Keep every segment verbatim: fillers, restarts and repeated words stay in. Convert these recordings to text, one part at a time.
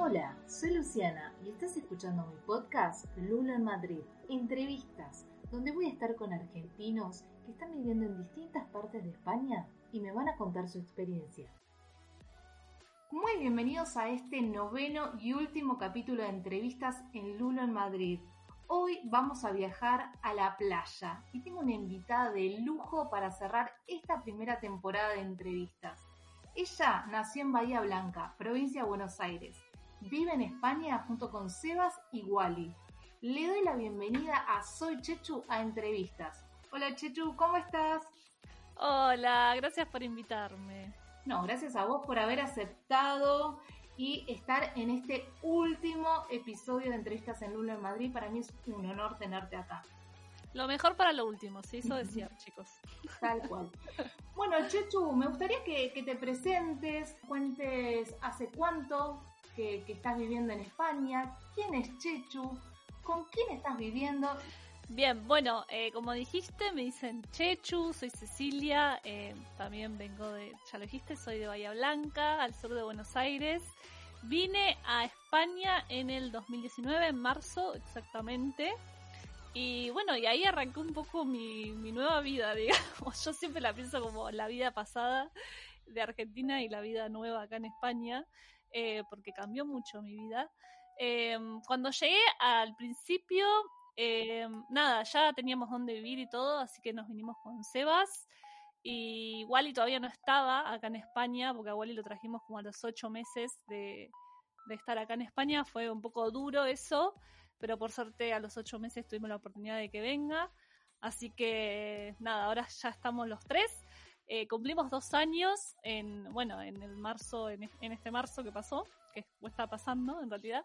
Hola, soy Luciana y estás escuchando mi podcast Lulo en Madrid, entrevistas, donde voy a estar con argentinos que están viviendo en distintas partes de España y me van a contar su experiencia. Muy bienvenidos a este noveno y último capítulo de entrevistas en Lulo en Madrid. Hoy vamos a viajar a la playa y tengo una invitada de lujo para cerrar esta primera temporada de entrevistas. Ella nació en Bahía Blanca, provincia de Buenos Aires. Vive en España junto con Sebas y Wally. Le doy la bienvenida a Soy Chechu a entrevistas. Hola Chechu, ¿cómo estás? Hola, gracias por invitarme. No, gracias a vos por haber aceptado y estar en este último episodio de entrevistas en Lulo en Madrid. Para mí es un honor tenerte acá. Lo mejor para lo último, se hizo desear, chicos. Tal cual. Bueno, Chechu, me gustaría que, que te presentes, cuentes hace cuánto que, que estás viviendo en España, quién es Chechu, con quién estás viviendo. Bien, bueno, eh, como dijiste, me dicen Chechu, soy Cecilia, eh, también vengo de, ya lo dijiste, soy de Bahía Blanca, al sur de Buenos Aires. Vine a España en el dos mil diecinueve, en marzo exactamente. Y bueno, y ahí arrancó un poco mi, mi nueva vida, digamos. Yo siempre la pienso como la vida pasada de Argentina y la vida nueva acá en España, eh, porque cambió mucho mi vida. Eh, cuando llegué al principio, eh, nada, ya teníamos dónde vivir y todo, así que nos vinimos con Sebas. Y Wally todavía no estaba acá en España, porque a Wally lo trajimos como a los ocho meses de, de estar acá en España. Fue un poco duro eso, pero por suerte a los ocho meses tuvimos la oportunidad de que venga. Así que nada, ahora ya estamos los tres. Eh, cumplimos dos años en, bueno, en el marzo, en, en este marzo que pasó, que está pasando en realidad.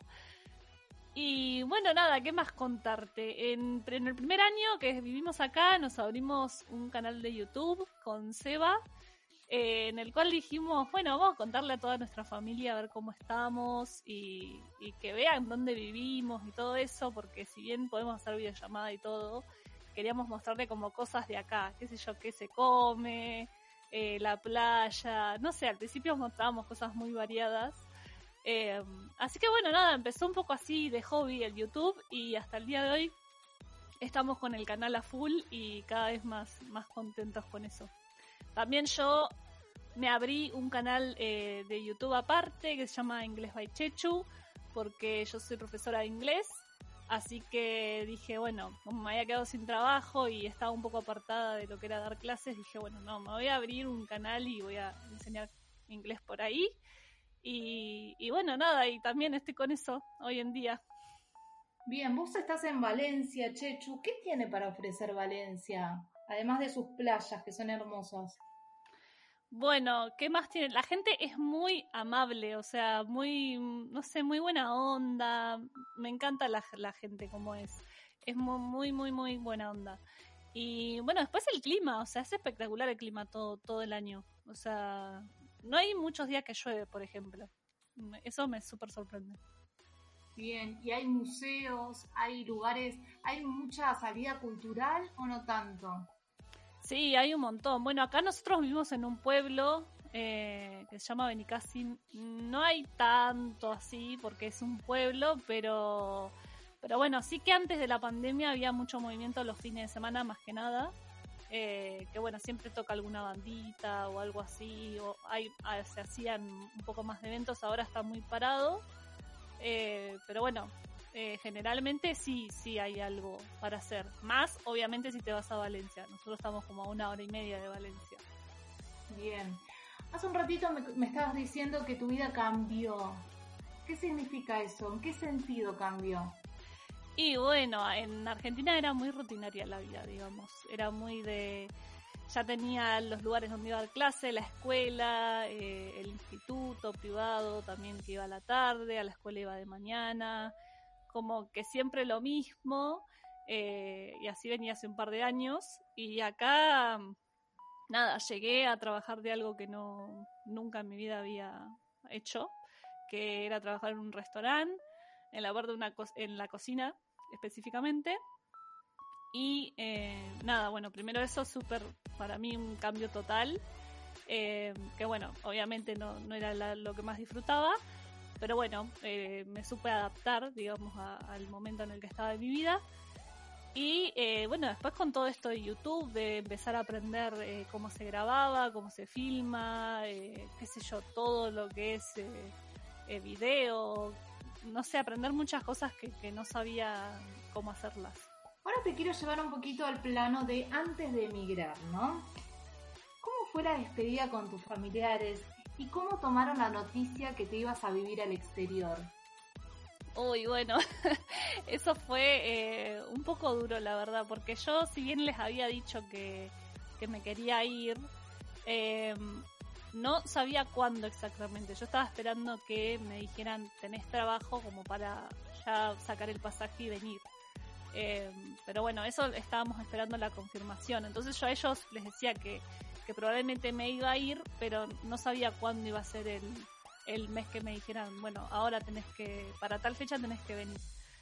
Y bueno, nada, ¿qué más contarte? En, en el primer año que vivimos acá nos abrimos un canal de YouTube con Seba, eh, en el cual dijimos, bueno, vamos a contarle a toda nuestra familia a ver cómo estamos y, y que vean dónde vivimos y todo eso, porque si bien podemos hacer videollamada y todo, queríamos mostrarle como cosas de acá, qué sé yo, qué se come, eh, la playa, no sé, al principio mostrábamos cosas muy variadas. Eh, así que bueno, nada, empezó un poco así de hobby el YouTube y hasta el día de hoy estamos con el canal a full y cada vez más, más contentos con eso. También yo me abrí un canal eh, de YouTube aparte que se llama Inglés by Chechu, porque yo soy profesora de inglés, así que dije, bueno, como me había quedado sin trabajo y estaba un poco apartada de lo que era dar clases, dije, bueno, no, me voy a abrir un canal y voy a enseñar inglés por ahí. Y, y bueno, nada, y también estoy con eso hoy en día. Bien, vos estás en Valencia, Chechu. ¿Qué tiene para ofrecer Valencia? Además de sus playas, que son hermosas. Bueno, ¿qué más tiene? La gente es muy amable, o sea, muy, no sé, muy buena onda. Me encanta la, la gente como es. Es muy, muy, muy, muy buena onda. Y bueno, después el clima, o sea, es espectacular el clima todo, todo el año. O sea, no hay muchos días que llueve, por ejemplo. Eso me súper sorprende. Bien, ¿y hay museos, hay lugares, hay mucha salida cultural o no tanto? Sí, hay un montón. Bueno, acá nosotros vivimos en un pueblo eh, que se llama Benicassim. No hay tanto así porque es un pueblo, pero, pero bueno, sí que antes de la pandemia había mucho movimiento los fines de semana más que nada. Eh, que bueno, siempre toca alguna bandita o algo así, o hay, se hacían un poco más de eventos, ahora está muy parado, eh, pero bueno, eh, generalmente sí, sí hay algo para hacer, más obviamente si te vas a Valencia, nosotros estamos como a una hora y media de Valencia. Bien, hace un ratito me, me estabas diciendo que tu vida cambió. ¿Qué significa eso? ¿En qué sentido cambió? Y bueno, en Argentina era muy rutinaria la vida, digamos. Era muy de... Ya tenía los lugares donde iba a dar clase, la escuela, eh, el instituto privado también que iba a la tarde, a la escuela iba de mañana. Como que siempre lo mismo. Eh, y así venía hace un par de años. Y acá, nada, llegué a trabajar de algo que no nunca en mi vida había hecho, que era trabajar en un restaurante, en la parte de una co- en la cocina específicamente. Y eh, nada, bueno, primero eso, súper, para mí un cambio total, eh, que bueno, obviamente no, no era la, lo que más disfrutaba, pero bueno, eh, me supe adaptar, digamos, a, al momento en el que estaba en mi vida. Y eh, bueno, después con todo esto de YouTube, de empezar a aprender eh, cómo se grababa, cómo se filma, eh, qué sé yo, todo lo que es eh, eh, video, no sé, aprender muchas cosas que, que no sabía cómo hacerlas. Ahora te quiero llevar un poquito al plano de antes de emigrar, ¿no? ¿Cómo fue la despedida con tus familiares y cómo tomaron la noticia que te ibas a vivir al exterior? Uy, bueno, eso fue eh, un poco duro, la verdad, porque yo, si bien les había dicho que, que me quería ir, eh, no sabía cuándo exactamente. Yo estaba esperando que me dijeran, tenés trabajo como para ya sacar el pasaje y venir. Eh, pero bueno, eso estábamos esperando la confirmación. Entonces yo a ellos les decía que, que probablemente me iba a ir, pero no sabía cuándo iba a ser el... el mes que me dijeran, bueno, ahora tenés que, para tal fecha tenés que venir.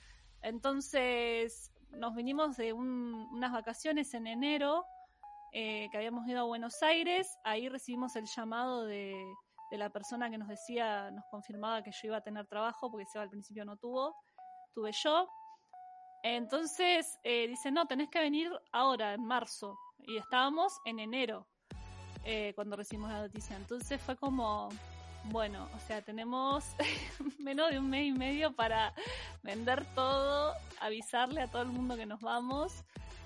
Entonces nos vinimos de un, unas vacaciones en enero, eh, que habíamos ido a Buenos Aires. Ahí recibimos el llamado de, de la persona que nos decía, nos confirmaba que yo iba a tener trabajo, porque Seba al principio no tuvo, tuve yo. Entonces eh, dice, no, tenés que venir ahora, en marzo. Y estábamos en enero, eh, cuando recibimos la noticia. Entonces fue como... Bueno, o sea, tenemos menos de un mes y medio para vender todo, avisarle a todo el mundo que nos vamos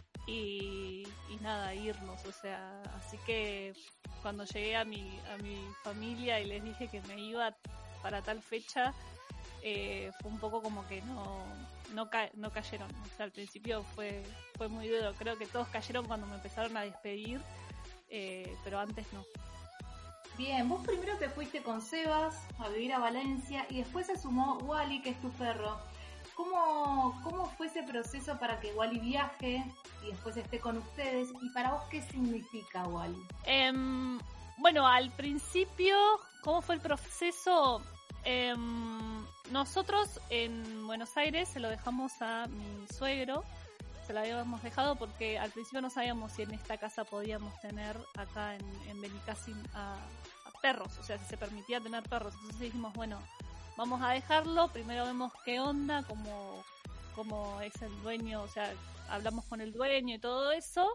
y, y nada, irnos. O sea, así que cuando llegué a mi, a mi familia y les dije que me iba para tal fecha, eh, fue un poco como que no, no, ca- no cayeron. O sea, al principio fue, fue muy duro. Creo que todos cayeron cuando me empezaron a despedir, eh, pero antes no. Bien, vos primero te fuiste con Sebas a vivir a Valencia y después se sumó Wally, que es tu perro. ¿Cómo, cómo fue ese proceso para que Wally viaje y después esté con ustedes? ¿Y para vos qué significa Wally? Eh, bueno, al principio, ¿cómo fue el proceso? Eh, nosotros en Buenos Aires se lo dejamos a mi suegro. Se lo habíamos dejado porque al principio no sabíamos si en esta casa podíamos tener acá en, en Benicassim a, a perros, o sea, si se permitía tener perros. Entonces dijimos, bueno, vamos a dejarlo, primero vemos qué onda, cómo, cómo es el dueño, o sea, hablamos con el dueño y todo eso,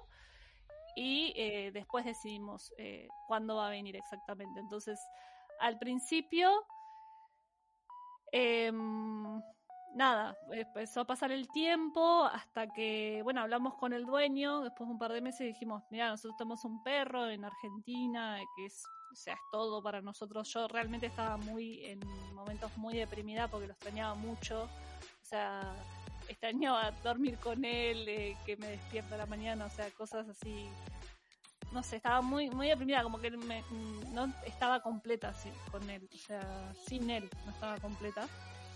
y eh, después decidimos eh, cuándo va a venir exactamente. Entonces, al principio... Eh, Nada, empezó a pasar el tiempo hasta que, bueno, hablamos con el dueño, después de un par de meses dijimos, mira, nosotros tenemos un perro en Argentina, que es, o sea, es todo para nosotros. Yo realmente estaba muy, en momentos muy deprimida porque lo extrañaba mucho, o sea, extrañaba dormir con él, eh, que me despierta a la mañana, o sea, cosas así, no sé, estaba muy, muy deprimida, como que me, no estaba completa así, con él, o sea, sin él no estaba completa.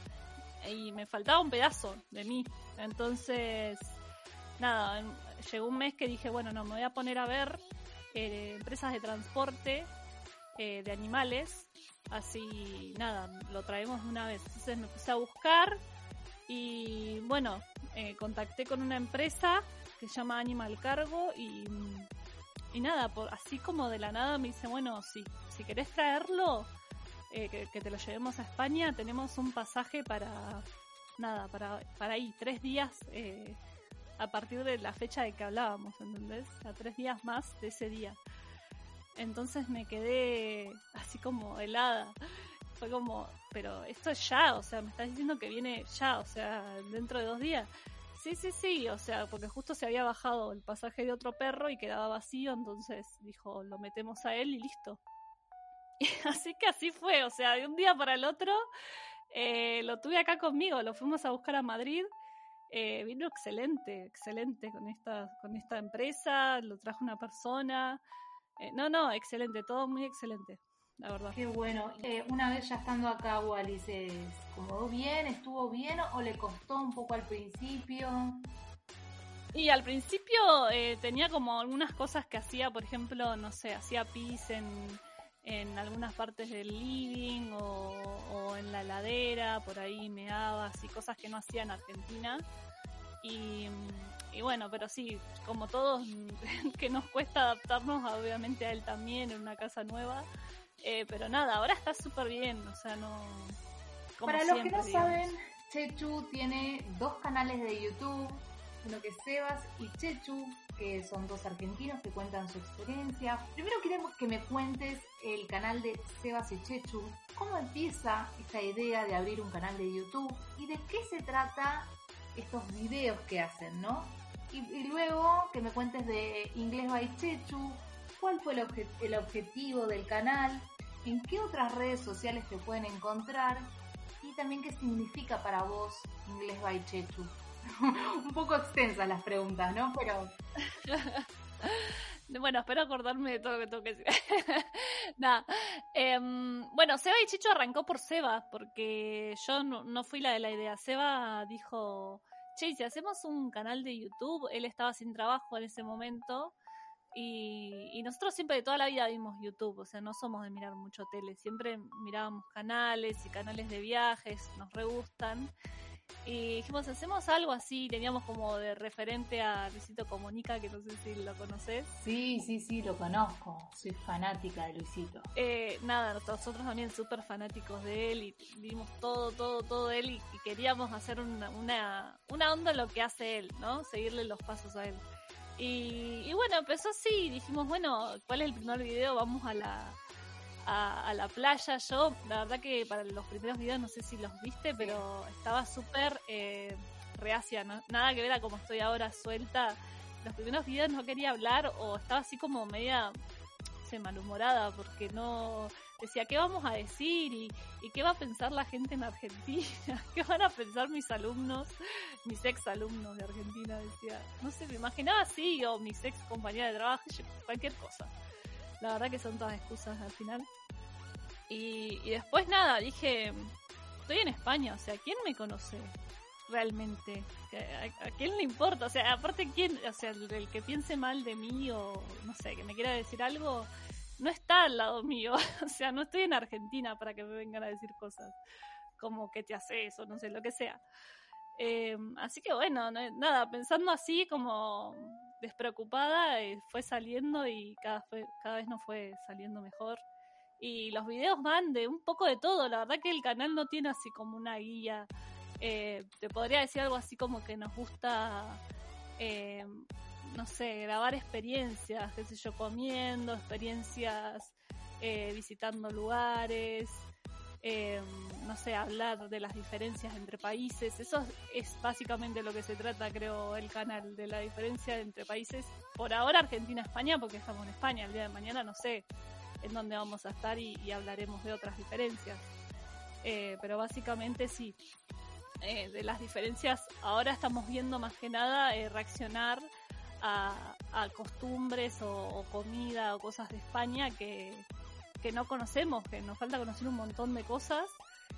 Y me faltaba un pedazo de mí. Entonces, nada, llegó un mes que dije, bueno, no, me voy a poner a ver eh, empresas de transporte eh, de animales. Así, nada, lo traemos de una vez. Entonces me puse a buscar y, bueno, eh, contacté con una empresa que se llama Animal Cargo y, y nada, por, así como de la nada me dice, bueno, si, si querés traerlo... Eh, que, que te lo llevemos a España, tenemos un pasaje para nada, para, para ahí, tres días eh, a partir de la fecha de que hablábamos, ¿entendés? A tres días más de ese día. Entonces me quedé así como helada. Fue como, pero esto es ya, o sea, me estás diciendo que viene ya, o sea, dentro de dos días. Sí, sí, sí, o sea, porque justo se había bajado el pasaje de otro perro y quedaba vacío, entonces dijo, lo metemos a él y listo. Así que así fue, o sea, de un día para el otro eh, lo tuve acá conmigo, lo fuimos a buscar a Madrid, eh, vino excelente, excelente con esta, con esta empresa, lo trajo una persona, eh, no, no, excelente, todo muy excelente, la verdad. Qué bueno. Eh, una vez ya estando acá, Wally, ¿se acomodó bien? ¿Estuvo bien o le costó un poco al principio? Y al principio eh, tenía como algunas cosas que hacía, por ejemplo, no sé, hacía pis en... en algunas partes del living o, o en la heladera, por ahí meaba, así cosas que no hacía en Argentina. Y, y bueno, pero sí, como todos, que nos cuesta adaptarnos, obviamente a él también, en una casa nueva. Eh, pero nada, ahora está súper bien, o sea, no, Como Para siempre, los que no digamos. saben, Chechu tiene dos canales de YouTube, uno que es Sebas y Chechu, que son dos argentinos que cuentan su experiencia. Primero queremos que me cuentes el canal de Sebas y Chechu, cómo empieza esta idea de abrir un canal de YouTube y de qué se trata estos videos que hacen, ¿no? Y, y luego que me cuentes de Inglés by Chechu, cuál fue el, obje- el objetivo del canal, en qué otras redes sociales te pueden encontrar y también qué significa para vos Inglés by Chechu. Un poco extensas las preguntas, ¿no? Pero Bueno, espero acordarme de todo lo que tengo que decir. Nada. Eh, bueno, Seba y Chicho arrancó por Seba, porque yo no, no fui la de la idea. Seba dijo, che, si hacemos un canal de YouTube, él estaba sin trabajo en ese momento, y, y nosotros siempre de toda la vida vimos YouTube, o sea, no somos de mirar mucho tele, siempre mirábamos canales y canales de viajes, nos re gustan. Y dijimos, hacemos algo así, teníamos como de referente a Luisito Comunica, que no sé si lo conoces. sí, sí, sí, lo conozco, soy fanática de Luisito. Eh, nada, nosotros también súper fanáticos de él y vimos todo, todo, todo de él y, y queríamos hacer una, una, una onda en lo que hace él, ¿no? Seguirle los pasos a él. Y, y bueno, empezó así, dijimos, bueno, ¿cuál es el primer video? Vamos a la... A, a la playa. Yo, la verdad que para los primeros videos no sé si los viste, pero estaba súper eh, reacia, ¿no? Nada que ver a como estoy ahora suelta. Los primeros videos no quería hablar o estaba así como media, no sé, malhumorada porque no decía qué vamos a decir y, y qué va a pensar la gente en Argentina, qué van a pensar mis alumnos, mis ex alumnos de Argentina, decía, no sé, me imaginaba así, o mis ex compañeras de trabajo, cualquier cosa. La verdad que son todas excusas al final. Y, y después nada, dije, estoy en España, o sea, ¿quién me conoce realmente? ¿A, a quién le importa? O sea, aparte, ¿quién? O sea, el, el que piense mal de mí o, no sé, que me quiera decir algo, no está al lado mío. O sea, no estoy en Argentina para que me vengan a decir cosas como que te haces o no sé, lo que sea. Eh, así que bueno, no, nada, pensando así como despreocupada, eh, fue saliendo y cada, fue, cada vez nos fue saliendo mejor. Y los videos van de un poco de todo, la verdad que el canal no tiene así como una guía. Eh, te podría decir algo así como que nos gusta, eh, no sé, grabar experiencias, qué sé yo, comiendo, experiencias eh, visitando lugares. Eh, no sé, hablar de las diferencias entre países. Eso es básicamente lo que se trata, creo, el canal, de la diferencia entre países. Por ahora Argentina-España, porque estamos en España. El día de mañana no sé en dónde vamos a estar y, y hablaremos de otras diferencias. Eh, pero básicamente sí, eh, de las diferencias ahora estamos viendo más que nada eh, reaccionar a, a costumbres o, o comida o cosas de España que que no conocemos, que nos falta conocer un montón de cosas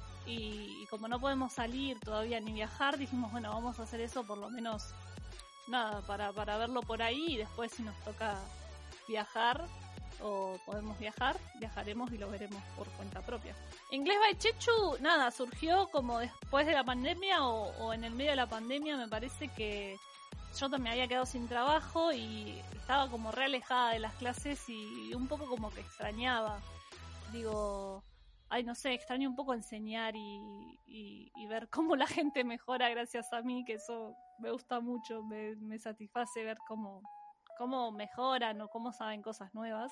y, y como no podemos salir todavía ni viajar, dijimos, bueno, vamos a hacer eso por lo menos, nada, para, para verlo por ahí y después si nos toca viajar o podemos viajar, viajaremos y lo veremos por cuenta propia. Inglés by Chechu, nada, surgió como después de la pandemia o, o en el medio de la pandemia, me parece que yo también había quedado sin trabajo y estaba como re alejada de las clases y un poco como que extrañaba. Digo, ay, no sé, extraño un poco enseñar y, y, y ver cómo la gente mejora gracias a mí, que eso me gusta mucho, me, me satisface ver cómo, cómo mejoran o cómo saben cosas nuevas.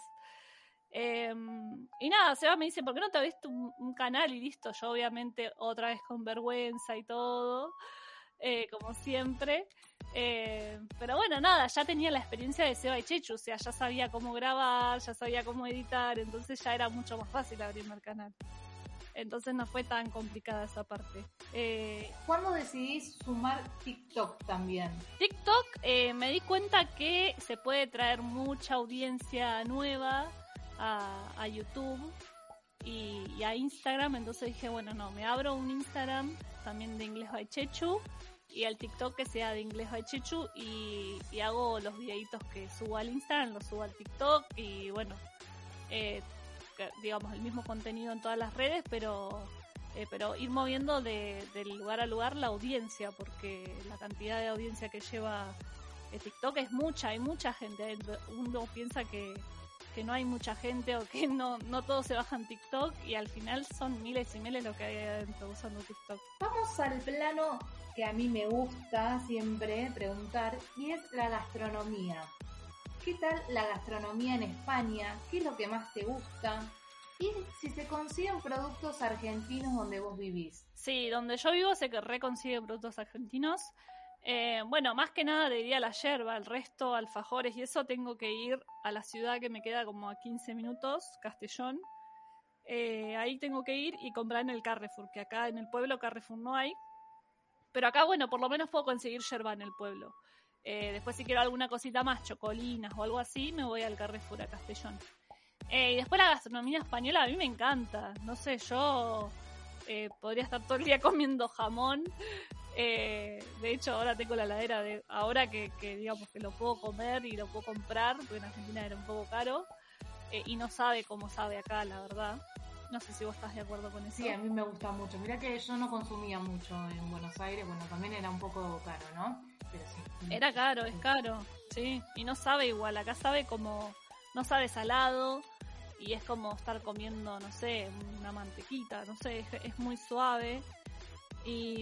Eh, y nada, Seba me dice, ¿por qué no te abriste un, un canal? Y listo, yo obviamente otra vez con vergüenza y todo, eh, como siempre. Eh, pero bueno, nada, ya tenía la experiencia de Seba y Chechu, o sea, ya sabía cómo grabar, ya sabía cómo editar, entonces ya era mucho más fácil abrirme el canal. Entonces no fue tan complicada esa parte. Eh, ¿Cuándo decidís sumar TikTok también? TikTok, eh, me di cuenta que se puede traer mucha audiencia nueva a, a YouTube y, y a Instagram, entonces dije, bueno, no, me abro un Instagram también de Inglés by Chechu y al TikTok que sea de Inglés by Chechu y, y hago los videitos que subo al Instagram, los subo al TikTok y bueno, eh, digamos el mismo contenido en todas las redes, pero eh, pero ir moviendo de, de lugar a lugar la audiencia, porque la cantidad de audiencia que lleva eh, TikTok es mucha, hay mucha gente adentro. Uno piensa que, que no hay mucha gente o que no, no todos se bajan TikTok y al final son miles y miles lo que hay adentro usando TikTok. Vamos al plano que a mí me gusta siempre preguntar y es la gastronomía. ¿Qué tal la gastronomía en España? ¿Qué es lo que más te gusta? Y si se consiguen productos argentinos donde vos vivís. Sí, donde yo vivo se que reconsigue productos argentinos. Eh, bueno, más que nada te diría la yerba, el resto, alfajores y eso tengo que ir a la ciudad que me queda como a quince minutos, Castellón. Eh, ahí tengo que ir y comprar en el Carrefour, que acá en el pueblo Carrefour no hay. Pero acá, bueno, por lo menos puedo conseguir yerba en el pueblo. Eh, después si quiero alguna cosita más, chocolinas o algo así, me voy al Carrefour a Castellón. Eh, y después la gastronomía española a mí me encanta. No sé, yo eh, podría estar todo el día comiendo jamón. Eh, de hecho, ahora tengo la heladera de ahora que, que digamos que lo puedo comer y lo puedo comprar, porque en Argentina era un poco caro. Eh, y no sabe cómo sabe acá, la verdad. No sé si vos estás de acuerdo con eso. Sí, a mí me gusta mucho. Mirá que yo no consumía mucho en Buenos Aires. Bueno, también era un poco caro, ¿no? Pero sí. Era caro, es caro, sí. Y no sabe igual. Acá sabe como... No sabe salado. Y es como estar comiendo, no sé, una mantequita. No sé, es, es muy suave. Y...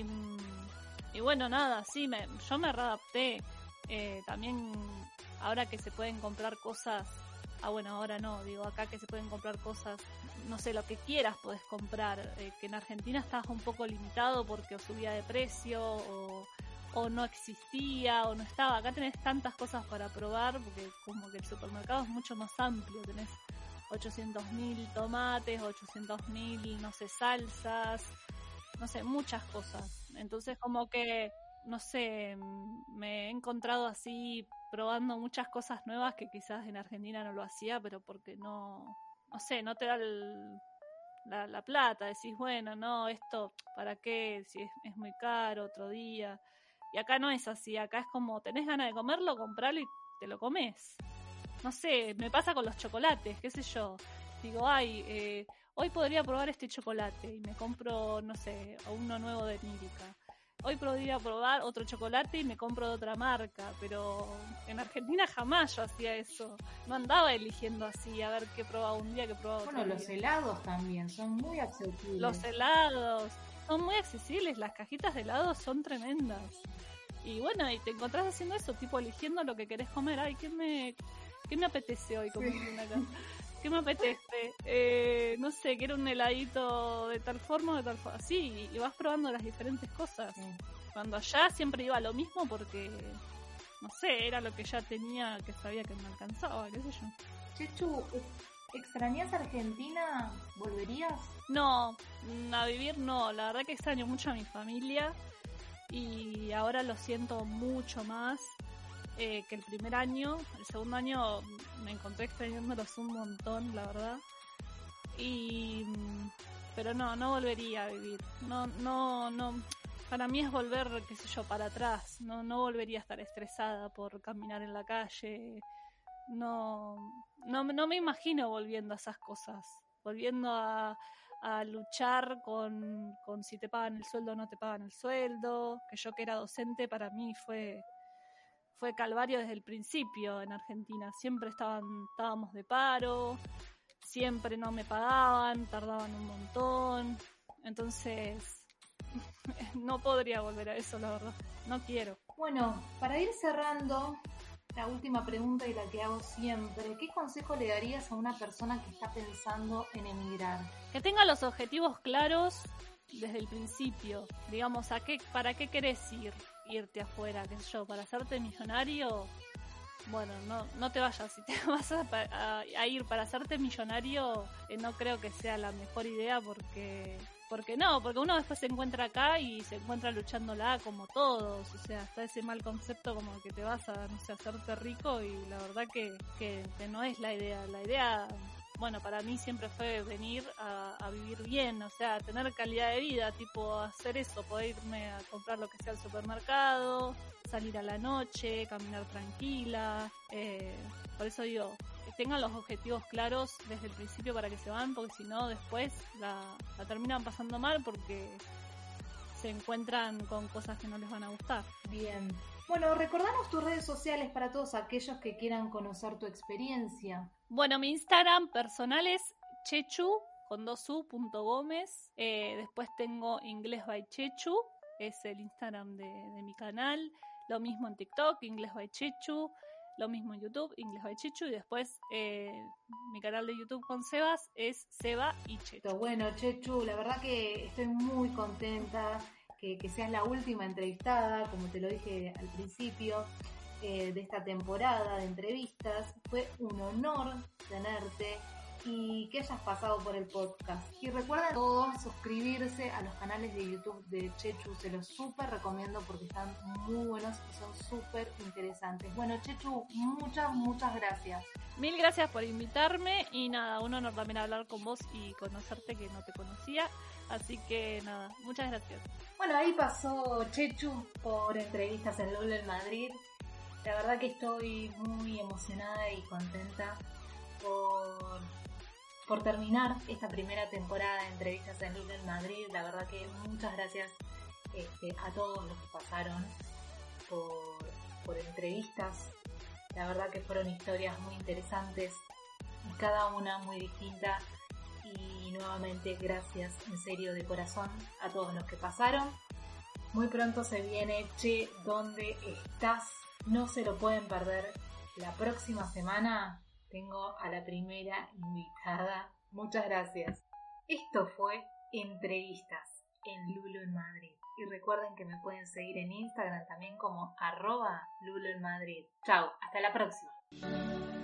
Y bueno, nada, sí, me, yo me readapté. Eh, también ahora que se pueden comprar cosas... Ah, bueno, ahora no, digo, acá que se pueden comprar cosas, no sé, lo que quieras podés comprar, eh, que en Argentina estabas un poco limitado porque o subía de precio o, o no existía o no estaba. Acá tenés tantas cosas para probar porque como que el supermercado es mucho más amplio, tenés ochocientos mil tomates, ochocientos mil, no sé, salsas, no sé, muchas cosas. Entonces como que, no sé, me he encontrado así probando muchas cosas nuevas que quizás en Argentina no lo hacía, pero porque no, no sé, no te da el, la, la plata, decís, bueno, no, esto, ¿para qué? Si es, es muy caro, otro día. Y acá no es así, acá es como, tenés ganas de comerlo, compralo y te lo comes. No sé, me pasa con los chocolates, qué sé yo. Digo, ay, eh, hoy podría probar este chocolate y me compro, no sé, uno nuevo de Mírica. Hoy podría probar otro chocolate y me compro de otra marca, pero en Argentina jamás yo hacía eso. No andaba eligiendo así, a ver qué probaba un día, qué probaba otro Bueno, día. los helados también son muy accesibles. Los helados son muy accesibles, las cajitas de helados son tremendas. Y bueno, y te encontrás haciendo eso, tipo eligiendo lo que querés comer. Ay, ¿qué me, qué me apetece hoy comer sí. acá? ¿Qué me apetece? Eh, no sé, quiero un heladito de tal forma o de tal forma. Sí, y vas probando las diferentes cosas. Sí. Cuando allá siempre iba a lo mismo porque, no sé, era lo que ya tenía, que sabía que me alcanzaba, qué sé yo. Chechu, ¿extrañas Argentina? ¿Volverías? No, a vivir no. La verdad que extraño mucho a mi familia y ahora lo siento mucho más. Eh, que el primer año, el segundo año me encontré extrañándolos un montón, la verdad. Y pero no, no volvería a vivir. No, no, no. Para mí es volver, qué sé yo, para atrás. No, no volvería a estar estresada por caminar en la calle. No, no, no me imagino volviendo a esas cosas. Volviendo a, a luchar con, con si te pagan el sueldo o no te pagan el sueldo. Que yo que era docente para mí fue Fue calvario desde el principio en Argentina. Siempre estaban, estábamos de paro, siempre no me pagaban, tardaban un montón. Entonces, no podría volver a eso, la verdad. No quiero. Bueno, para ir cerrando, la última pregunta y la que hago siempre. ¿Qué consejo le darías a una persona que está pensando en emigrar? Que tenga los objetivos claros desde el principio. Digamos, ¿a qué, para qué querés ir? irte afuera, qué sé yo, para hacerte millonario, bueno, no no te vayas. Si te vas a, a, a ir para hacerte millonario, eh, no creo que sea la mejor idea porque porque no, porque uno después se encuentra acá y se encuentra luchándola como todos, o sea, está ese mal concepto como que te vas a, no sé, hacerte rico y la verdad que, que, que no es la idea, la idea... Bueno, para mí siempre fue venir a, a vivir bien, o sea, tener calidad de vida, tipo hacer eso, poder irme a comprar lo que sea al supermercado, salir a la noche, caminar tranquila. Eh, por eso digo, que tengan los objetivos claros desde el principio para que se van, porque si no después la, la terminan pasando mal porque se encuentran con cosas que no les van a gustar. Bien. Bueno, recordanos tus redes sociales para todos aquellos que quieran conocer tu experiencia. Bueno, mi Instagram personal es chechu, con dos u, punto gómez. Eh, después tengo Inglés by Chechu, es el Instagram de, de mi canal. Lo mismo en TikTok, Inglés by Chechu. Lo mismo en YouTube, Inglés by Chechu. Y después eh, mi canal de YouTube con Sebas es Seba y Chechu. Bueno, Chechu, la verdad que estoy muy contenta que, que seas la última entrevistada, como te lo dije al principio, eh, de esta temporada de entrevistas. Fue un honor tenerte y que hayas pasado por el podcast. Y recuerden todos suscribirse a los canales de YouTube de Chechu, se los súper recomiendo porque están muy buenos y son súper interesantes. Bueno, Chechu, muchas, muchas gracias. Mil gracias por invitarme y nada, un honor también hablar con vos y conocerte que no te conocía, así que nada, muchas gracias. Bueno, ahí pasó Chechu por entrevistas en Lula en Madrid. La verdad que estoy muy emocionada y contenta por, por terminar esta primera temporada de entrevistas en Lula en Madrid. La verdad que muchas gracias este, a todos los que pasaron por, por entrevistas. La verdad que fueron historias muy interesantes y cada una muy distinta. Y nuevamente gracias en serio de corazón a todos los que pasaron. Muy pronto se viene Che, ¿dónde estás? No se lo pueden perder. La próxima semana tengo a la primera invitada. Muchas gracias. Esto fue Entrevistas en Lulo en Madrid. Y recuerden que me pueden seguir en Instagram también como arroba Lulo en Madrid. Chau, hasta la próxima.